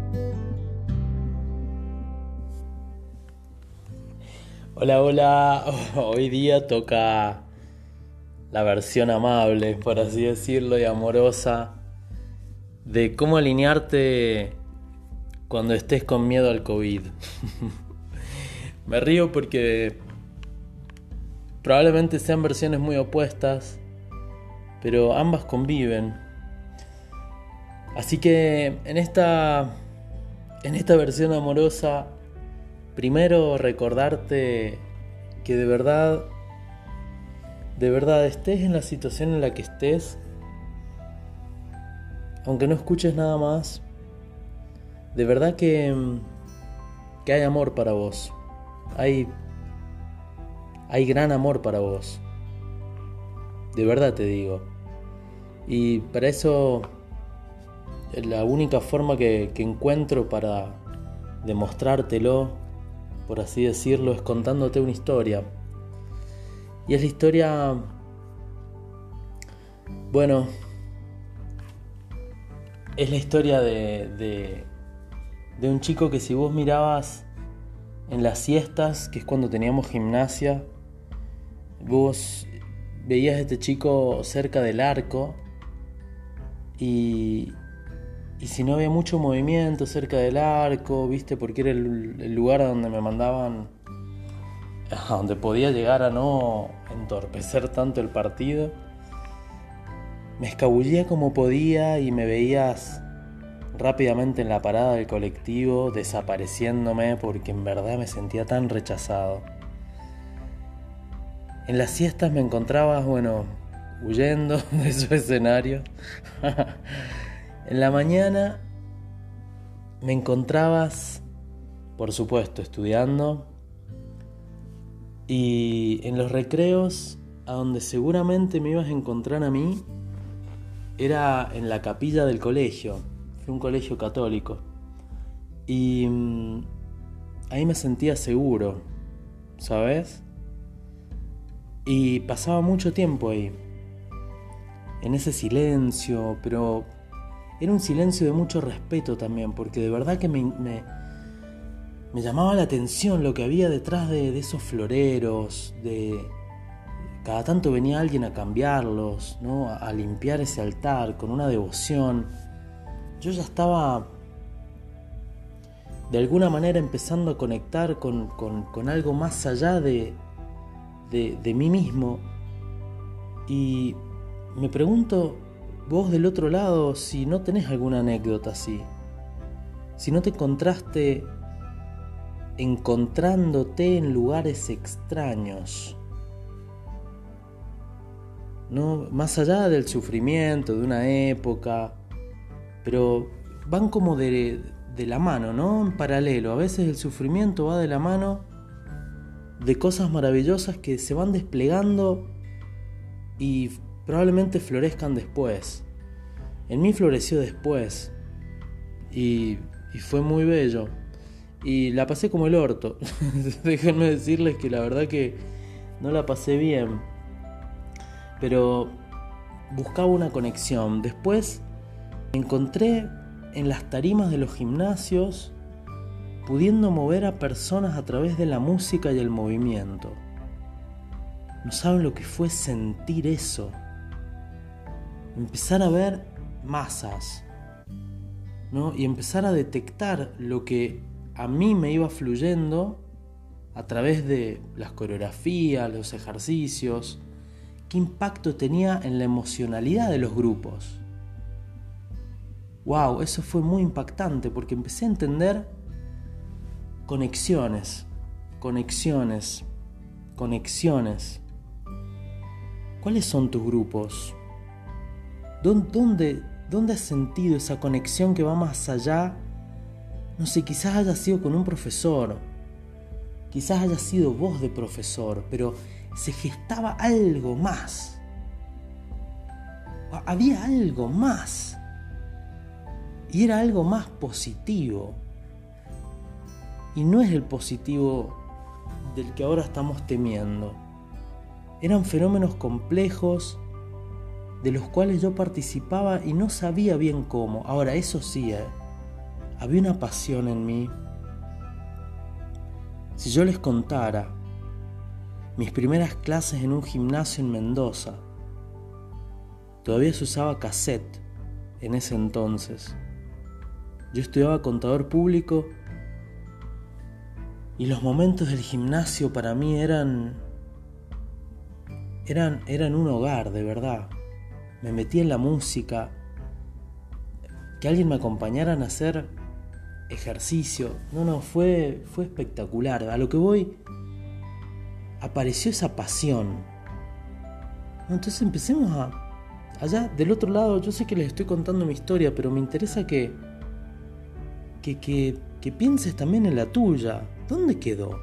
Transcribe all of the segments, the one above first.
Hola, hola. Hoy día toca la versión amable, por así decirlo, y amorosa de cómo alinearte cuando estés con miedo al COVID. Me río porque probablemente sean versiones muy opuestas, pero ambas conviven. Así que en esta versión amorosa, primero recordarte que de verdad estés en la situación en la que estés, aunque no escuches nada más, de verdad que hay amor para vos. Hay, hay gran amor para vos. De verdad te digo. Y para eso la única forma que encuentro para demostrártelo, por así decirlo, es contándote una historia. Y es la historia, bueno, es la historia de un chico que si vos mirabas en las siestas, que es cuando teníamos gimnasia, vos veías a este chico cerca del arco y si no había mucho movimiento cerca del arco, viste, porque era el lugar a donde me mandaban, a donde podía llegar a no entorpecer tanto el partido, me escabullía como podía y me veías rápidamente en la parada del colectivo desapareciéndome porque en verdad me sentía tan rechazado. En las siestas me encontrabas, bueno, huyendo de esos escenarios. En la mañana me encontrabas, por supuesto, estudiando. Y en los recreos, a donde seguramente me ibas a encontrar a mí, era en la capilla del colegio. Fue un colegio católico. Y ahí me sentía seguro, ¿sabes? Y pasaba mucho tiempo ahí, en ese silencio, pero era un silencio de mucho respeto también, porque de verdad que me llamaba la atención lo que había detrás de esos floreros, cada tanto venía alguien a cambiarlos, ¿no? A limpiar ese altar con una devoción. Yo ya estaba de alguna manera empezando a conectar con algo más allá de mí mismo. Y me pregunto, vos del otro lado, si no tenés alguna anécdota así, si no te encontraste encontrándote en lugares extraños, ¿no? Más allá del sufrimiento de una época, pero van como de la mano, ¿no? En paralelo. A veces el sufrimiento va de la mano de cosas maravillosas que se van desplegando y probablemente florezcan después. En mí floreció después y fue muy bello. Y la pasé como el orto. Déjenme decirles que la verdad que no la pasé bien. Pero buscaba una conexión. Después me encontré en las tarimas de los gimnasios pudiendo mover a personas a través de la música y el movimiento. No saben lo que fue sentir eso. Empezar a ver masas, ¿no? Y empezar a detectar lo que a mí me iba fluyendo a través de las coreografías, los ejercicios, qué impacto tenía en la emocionalidad de los grupos. Wow, eso fue muy impactante porque empecé a entender conexiones. ¿Cuáles son tus grupos? ¿Dónde has sentido esa conexión que va más allá? No sé, quizás haya sido con un profesor, quizás haya sido vos de profesor, pero se gestaba algo más. Había algo más. Y era algo más positivo. Y no es el positivo del que ahora estamos temiendo. Eran fenómenos complejos de los cuales yo participaba y no sabía bien cómo. Ahora, eso sí, había una pasión en mí. Si yo les contara mis primeras clases en un gimnasio en Mendoza, todavía se usaba cassette en ese entonces. Yo estudiaba contador público y los momentos del gimnasio para mí eran un hogar, de verdad. Me metí en la música, que alguien me acompañara a hacer ejercicio. Fue espectacular. A lo que voy, apareció esa pasión. Entonces empecemos allá del otro lado. Yo sé que les estoy contando mi historia, pero me interesa que pienses también en la tuya. ¿Dónde quedó?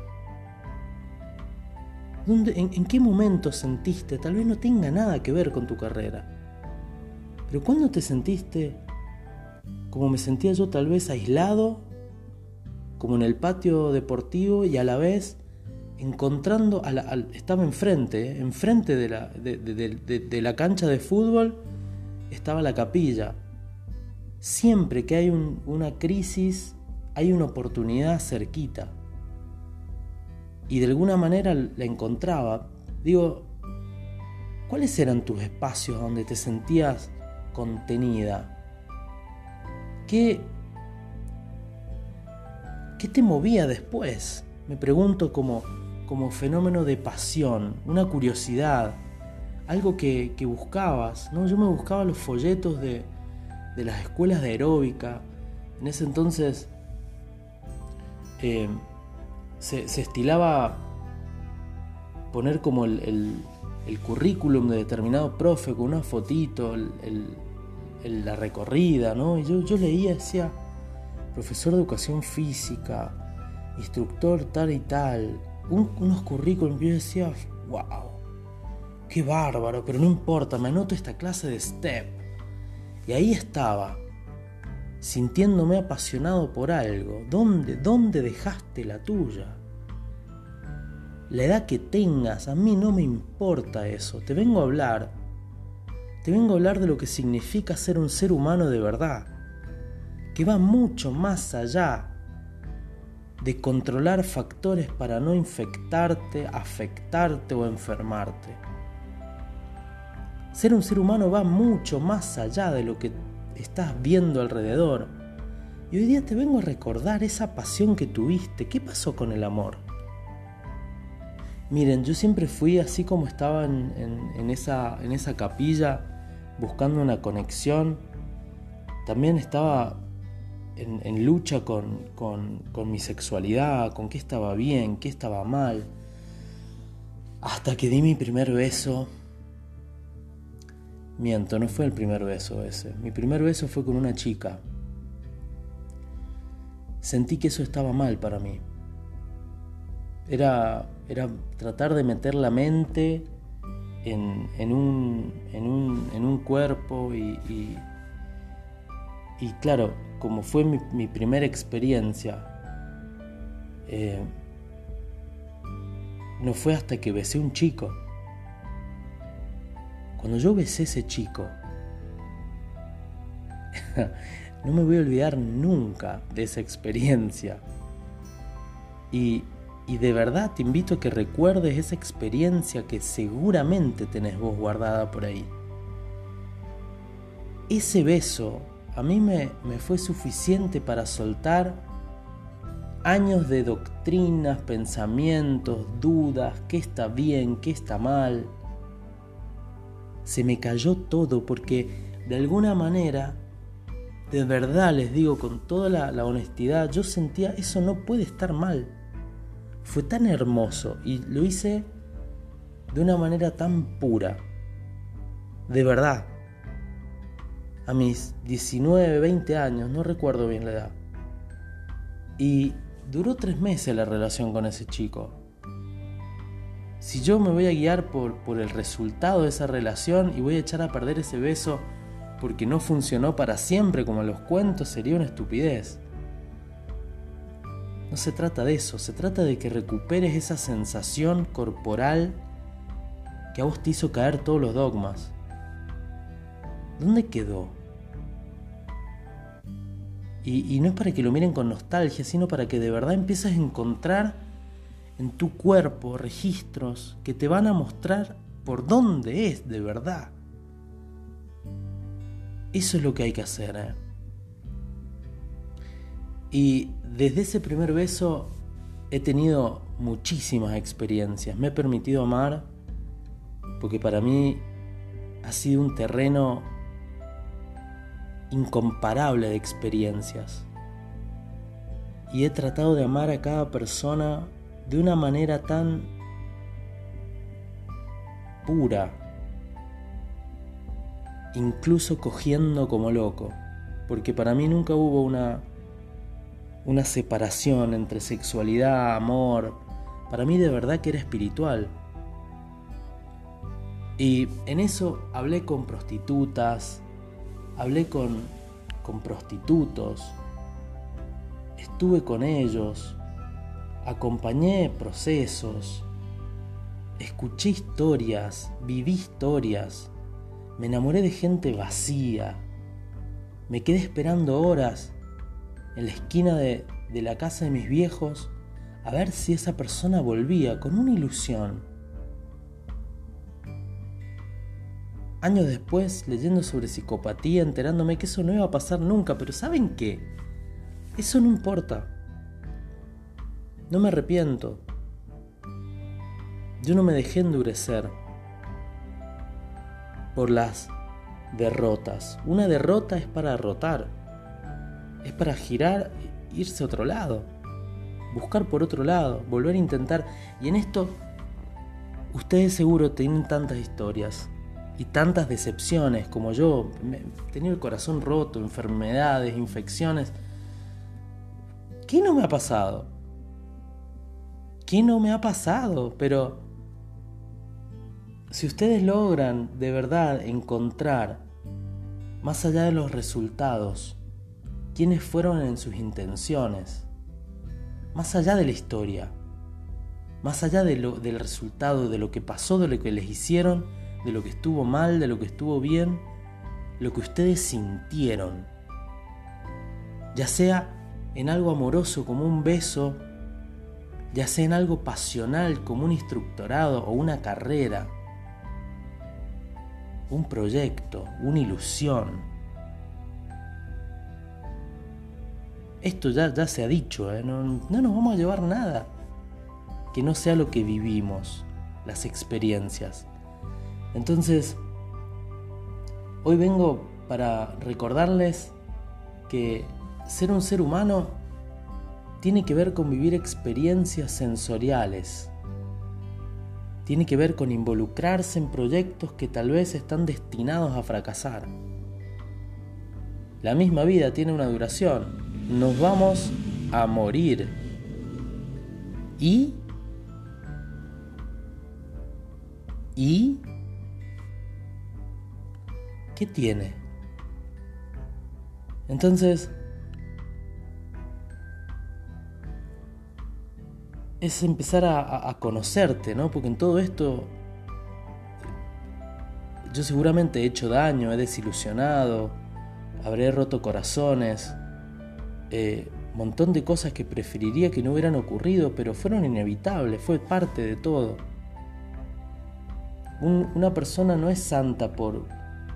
¿En qué momento sentiste? Tal vez no tenga nada que ver con tu carrera, pero ¿cuándo te sentiste como me sentía yo, tal vez aislado, como en el patio deportivo, y a la vez encontrando estaba enfrente de la cancha de fútbol estaba la capilla? Siempre que hay una crisis, hay una oportunidad cerquita, y de alguna manera la encontraba. Digo, ¿cuáles eran tus espacios donde te sentías contenida? ¿Qué te movía después? Me pregunto, como fenómeno de pasión, una curiosidad, algo que buscabas, ¿no? Yo me buscaba los folletos de las escuelas de aeróbica. En ese entonces se estilaba poner como el currículum de determinado profe con una fotito, la recorrida, ¿no? Y yo leía, decía, profesor de educación física, instructor tal y tal, unos currículums que yo decía, wow, qué bárbaro, pero no importa, me anoto esta clase de STEP. Y ahí estaba, sintiéndome apasionado por algo. ¿Dónde dejaste la tuya? La edad que tengas, a mí no me importa eso. Te vengo a hablar de lo que significa ser un ser humano de verdad, que va mucho más allá de controlar factores para no infectarte, afectarte o enfermarte. Ser un ser humano va mucho más allá de lo que estás viendo alrededor. Y hoy día te vengo a recordar esa pasión que tuviste. ¿Qué pasó con el amor? Miren, yo siempre fui así como estaba en esa capilla, buscando una conexión. También estaba en lucha con mi sexualidad, con qué estaba bien, qué estaba mal, hasta que di mi primer beso. Miento, no fue el primer beso ese. Mi primer beso fue con una chica. Sentí que eso estaba mal para mí. Era tratar de meter la mente en un cuerpo y claro, como fue mi primera experiencia, no fue hasta que besé a un chico. Cuando yo besé a ese chico, no me voy a olvidar nunca de esa experiencia. Y de verdad te invito a que recuerdes esa experiencia que seguramente tenés vos guardada por ahí. Ese beso a mí me fue suficiente para soltar años de doctrinas, pensamientos, dudas, qué está bien, qué está mal. Se me cayó todo porque de alguna manera, de verdad les digo con toda la honestidad, yo sentía eso no puede estar mal. Fue tan hermoso y lo hice de una manera tan pura. De verdad. A mis 19, 20 años, no recuerdo bien la edad. Y duró 3 meses la relación con ese chico. Si yo me voy a guiar por el resultado de esa relación y voy a echar a perder ese beso porque no funcionó para siempre como en los cuentos, sería una estupidez. No se trata de eso, se trata de que recuperes esa sensación corporal que a vos te hizo caer todos los dogmas. ¿Dónde quedó? Y no es para que lo miren con nostalgia, sino para que de verdad empieces a encontrar en tu cuerpo registros que te van a mostrar por dónde es de verdad. Eso es lo que hay que hacer, ¿eh? Y desde ese primer beso he tenido muchísimas experiencias. Me he permitido amar porque para mí ha sido un terreno incomparable de experiencias. Y he tratado de amar a cada persona de una manera tan pura, incluso cogiendo como loco, porque para mí nunca hubo una separación entre sexualidad, amor. Para mí de verdad que era espiritual. Y en eso hablé con prostitutas, hablé con prostitutos, estuve con ellos, acompañé procesos, escuché historias, viví historias, me enamoré de gente vacía, me quedé esperando horas en la esquina de la casa de mis viejos a ver si esa persona volvía con una ilusión. Años después, leyendo sobre psicopatía, enterándome que eso no iba a pasar nunca, pero ¿saben qué? Eso no importa. No me arrepiento. Yo no me dejé endurecer por las derrotas. Una derrota es para derrotar. Es para girar, irse a otro lado. Buscar por otro lado, volver a intentar. Y en esto, ustedes seguro tienen tantas historias y tantas decepciones como yo. He tenido el corazón roto, enfermedades, infecciones. ¿Qué no me ha pasado? ¿Qué no me ha pasado? Pero si ustedes logran de verdad encontrar, más allá de los resultados, quiénes fueron en sus intenciones, más allá de la historia, más allá del resultado, de lo que pasó, de lo que les hicieron, de lo que estuvo mal, de lo que estuvo bien, lo que ustedes sintieron, ya sea en algo amoroso como un beso, ya sea en algo pasional como un instructorado o una carrera, un proyecto, una ilusión. Esto ya se ha dicho, no nos vamos a llevar nada que no sea lo que vivimos, las experiencias. Entonces, hoy vengo para recordarles que ser un ser humano tiene que ver con vivir experiencias sensoriales. Tiene que ver con involucrarse en proyectos que tal vez están destinados a fracasar. La misma vida tiene una duración. Nos vamos a morir. ¿Y? ¿Qué tiene? Entonces, es empezar a conocerte, ¿no? Porque en todo esto yo seguramente he hecho daño, he desilusionado, habré roto corazones, montón de cosas que preferiría que no hubieran ocurrido, pero fueron inevitables, fue parte de todo. Una persona no es santa por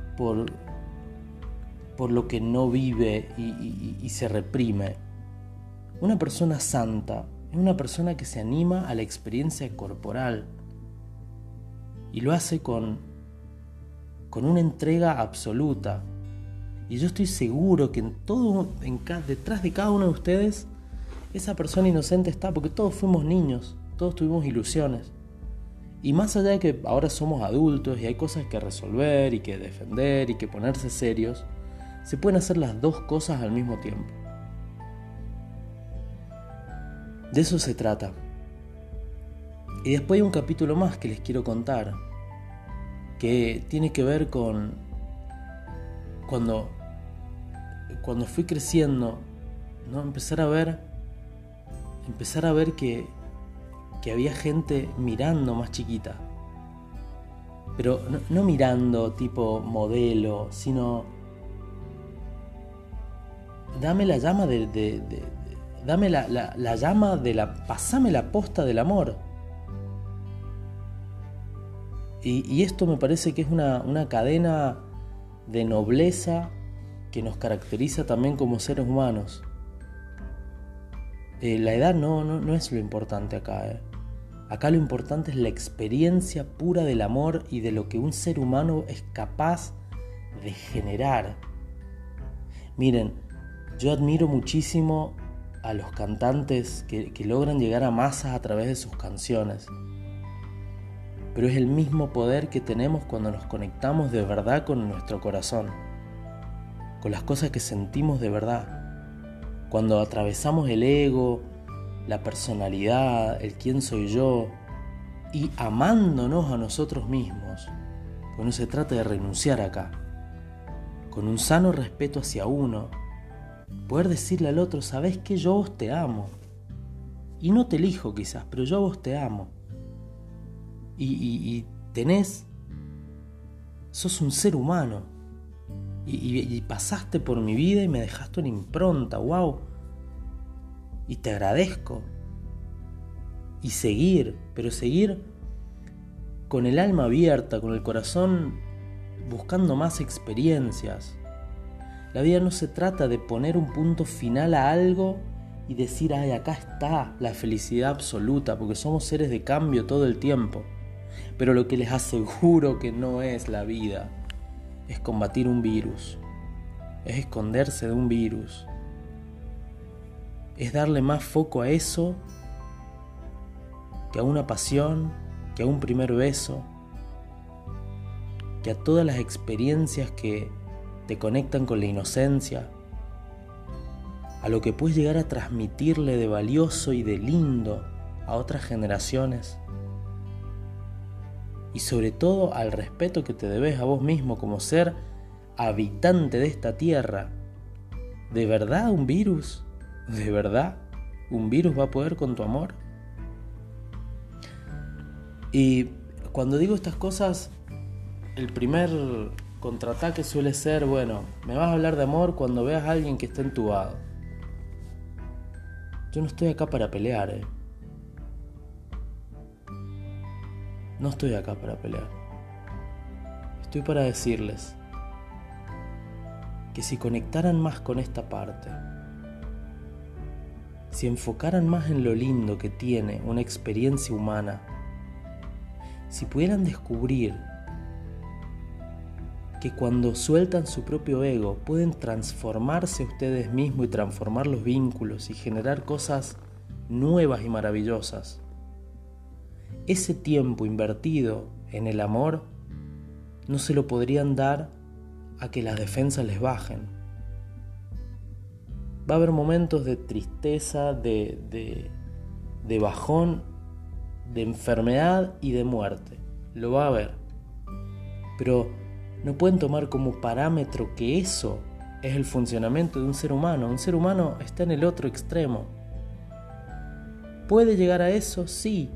lo que no vive y se reprime. Una persona santa es una persona que se anima a la experiencia corporal y lo hace con una entrega absoluta. Y yo estoy seguro que detrás de cada uno de ustedes, esa persona inocente está, porque todos fuimos niños, todos tuvimos ilusiones. Y más allá de que ahora somos adultos y hay cosas que resolver y que defender y que ponerse serios, se pueden hacer las dos cosas al mismo tiempo. De eso se trata. Y después hay un capítulo más que les quiero contar, que tiene que ver con cuando fui creciendo, ¿no? Empezar a ver que había gente mirando más chiquita, pero no mirando tipo modelo, sino dame la llama dame la llama pasame la posta del amor. Y esto me parece que es una cadena de nobleza que nos caracteriza también como seres humanos. La edad no es lo importante acá. Acá lo importante es la experiencia pura del amor y de lo que un ser humano es capaz de generar. Miren, yo admiro muchísimo a los cantantes que logran llegar a masas a través de sus canciones. Pero es el mismo poder que tenemos cuando nos conectamos de verdad con nuestro corazón, con las cosas que sentimos de verdad. Cuando atravesamos el ego, la personalidad, el quién soy yo, y amándonos a nosotros mismos, porque no se trata de renunciar acá, con un sano respeto hacia uno, poder decirle al otro, ¿sabés qué? Yo a vos te amo, y no te elijo quizás, pero yo a vos te amo, y sos un ser humano, y pasaste por mi vida y me dejaste una impronta, wow, y te agradezco. Y seguir, pero seguir con el alma abierta, con el corazón buscando más experiencias. La vida no se trata de poner un punto final a algo y decir, ay, acá está la felicidad absoluta, porque somos seres de cambio todo el tiempo. Pero lo que les aseguro que no es la vida es combatir un virus, es esconderse de un virus, es darle más foco a eso que a una pasión, que a un primer beso, que a todas las experiencias que te conectan con la inocencia, a lo que puedes llegar a transmitirle de valioso y de lindo a otras generaciones, y sobre todo al respeto que te debes a vos mismo como ser habitante de esta tierra. ¿De verdad un virus? ¿De verdad un virus va a poder con tu amor? Y cuando digo estas cosas, el primer contraataque suele ser, bueno, me vas a hablar de amor cuando veas a alguien que está entubado. Yo no estoy acá para pelear, No estoy acá para pelear. Estoy para decirles que si conectaran más con esta parte, si enfocaran más en lo lindo que tiene una experiencia humana, si pudieran descubrir que cuando sueltan su propio ego pueden transformarse ustedes mismos y transformar los vínculos y generar cosas nuevas y maravillosas, ese tiempo invertido en el amor no se lo podrían dar a que las defensas les bajen. Va a haber momentos de tristeza, de bajón, de enfermedad y de muerte. Lo va a haber. Pero no pueden tomar como parámetro que eso es el funcionamiento de un ser humano. Un ser humano está en el otro extremo. ¿Puede llegar a eso? Sí.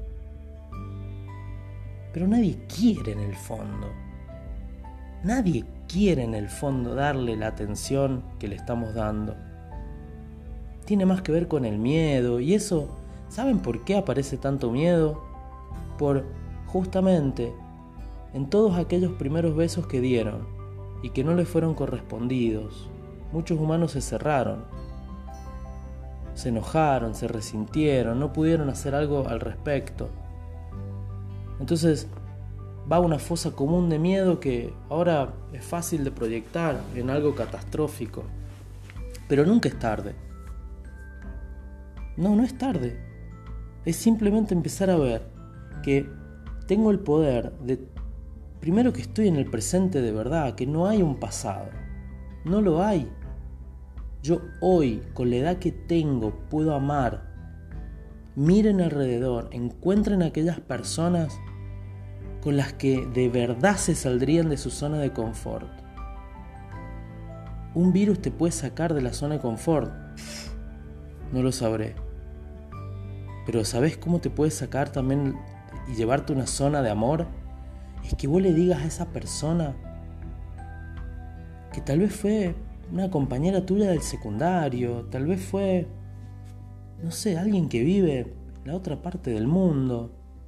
Pero nadie quiere en el fondo. Nadie quiere en el fondo darle la atención que le estamos dando. Tiene más que ver con el miedo, y eso, ¿saben por qué aparece tanto miedo? Por justamente en todos aquellos primeros besos que dieron y que no les fueron correspondidos, muchos humanos se cerraron, se enojaron, se resintieron, no pudieron hacer algo al respecto. Entonces va a una fosa común de miedo que ahora es fácil de proyectar en algo catastrófico, pero nunca es tarde. No es tarde. Es simplemente empezar a ver que tengo el poder de, primero, que estoy en el presente de verdad, que no hay un pasado. No lo hay. Yo hoy, con la edad que tengo, puedo amar. Miren alrededor, encuentren aquellas personas con las que de verdad se saldrían de su zona de confort. ¿Un virus te puede sacar de la zona de confort? No lo sabré. Pero ¿sabés cómo te puede sacar también y llevarte a una zona de amor? Es que vos le digas a esa persona que tal vez fue una compañera tuya del secundario, tal vez fue, no sé, alguien que vive en la otra parte del mundo.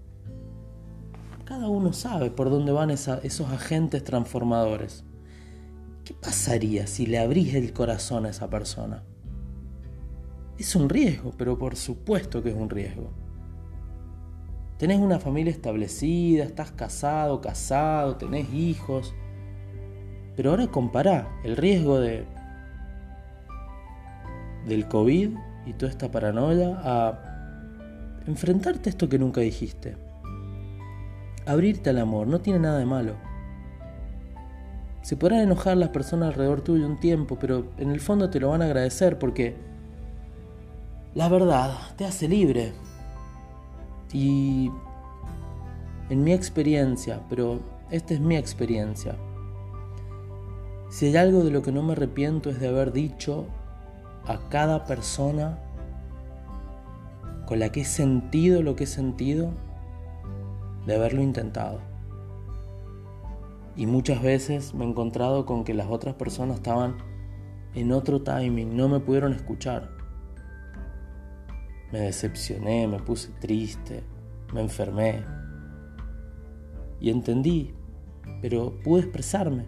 Cada uno sabe por dónde van esos agentes transformadores. ¿Qué pasaría si le abrís el corazón a esa persona? Es un riesgo, pero por supuesto que es un riesgo. Tenés una familia establecida, estás casado, tenés hijos. Pero ahora compará el riesgo del COVID y toda esta paranoia a enfrentarte a esto que nunca dijiste. Abrirte al amor no tiene nada de malo. Se podrán enojar las personas alrededor tuyo un tiempo, pero en el fondo te lo van a agradecer porque la verdad te hace libre. Y en mi experiencia, pero esta es mi experiencia, si hay algo de lo que no me arrepiento es de haber dicho a cada persona con la que he sentido lo que he sentido, de haberlo intentado. Y muchas veces me he encontrado con que las otras personas estaban en otro timing, no me pudieron escuchar. Me decepcioné, me puse triste, me enfermé. Y entendí, pero pude expresarme.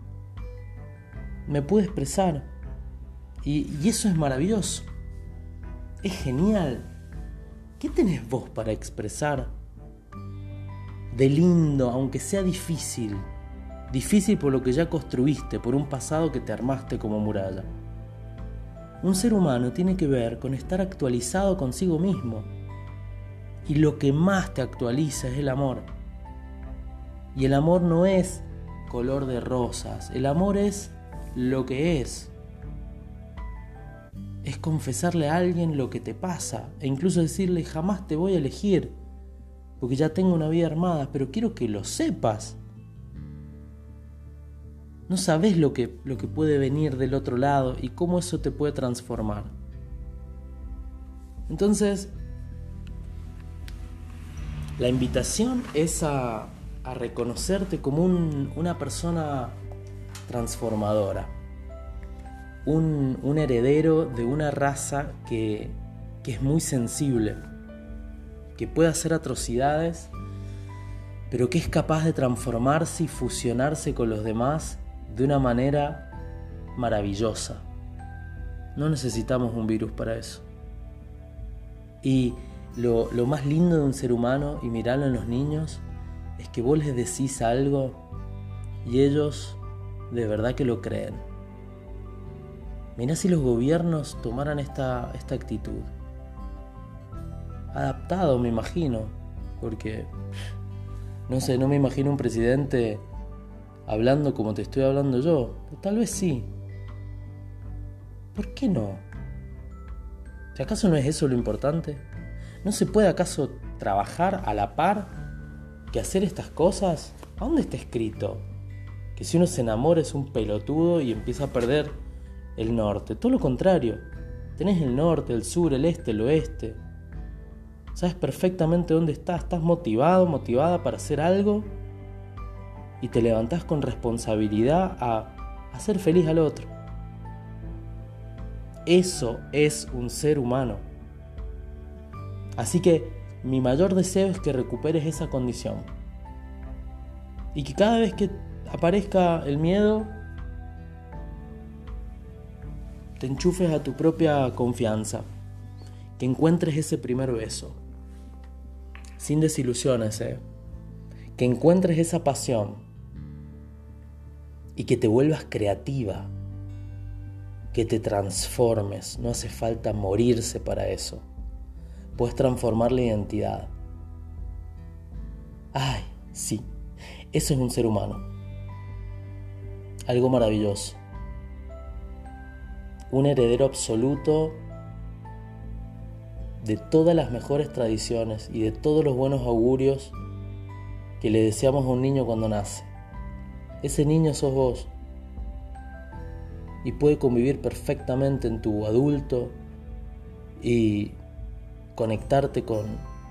Me pude expresar. Y eso es maravilloso. Es genial. ¿Qué tenés vos para expresar de lindo, aunque sea difícil? Difícil por lo que ya construiste, por un pasado que te armaste como muralla. Un ser humano tiene que ver con estar actualizado consigo mismo. Y lo que más te actualiza es el amor. Y el amor no es color de rosas. El amor es lo que es. Es confesarle a alguien lo que te pasa. E incluso decirle, jamás te voy a elegir. Porque ya tengo una vida armada, pero quiero que lo sepas. No sabes lo que puede venir del otro lado y cómo eso te puede transformar. Entonces, la invitación es a reconocerte como una persona transformadora. Un heredero de una raza que es muy sensible, que puede hacer atrocidades, pero que es capaz de transformarse y fusionarse con los demás de una manera maravillosa. No necesitamos un virus para eso. Y lo más lindo de un ser humano, y mirarlo en los niños, es que vos les decís algo y ellos de verdad que lo creen. Mirá si los gobiernos tomaran esta actitud. Adaptado, me imagino, porque no sé, no me imagino un presidente hablando como te estoy hablando yo. Tal vez sí. ¿Por qué no? ¿Si acaso no es eso lo importante? ¿No se puede acaso trabajar a la par que hacer estas cosas? ¿A dónde está escrito que si uno se enamora es un pelotudo y empieza a perder el norte? Todo lo contrario. Tenés el norte, el sur, el este, el oeste. Sabes perfectamente dónde estás. Estás motivado, motivada para hacer algo y te levantás con responsabilidad a hacer feliz al otro. Eso es un ser humano. Así que mi mayor deseo es que recuperes esa condición. Y que cada vez que aparezca el miedo, te enchufes a tu propia confianza. Que encuentres ese primer beso. Sin desilusiones, Que encuentres esa pasión. Y que te vuelvas creativa. Que te transformes. No hace falta morirse para eso. Puedes transformar la identidad. Ay, sí. Eso es un ser humano. Algo maravilloso. Un heredero absoluto de todas las mejores tradiciones y de todos los buenos augurios que le deseamos a un niño cuando nace. Ese niño sos vos. Y puede convivir perfectamente en tu adulto y conectarte con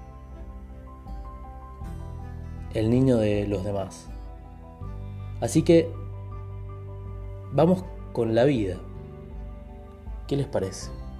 el niño de los demás. Así que vamos con la vida. ¿Qué les parece?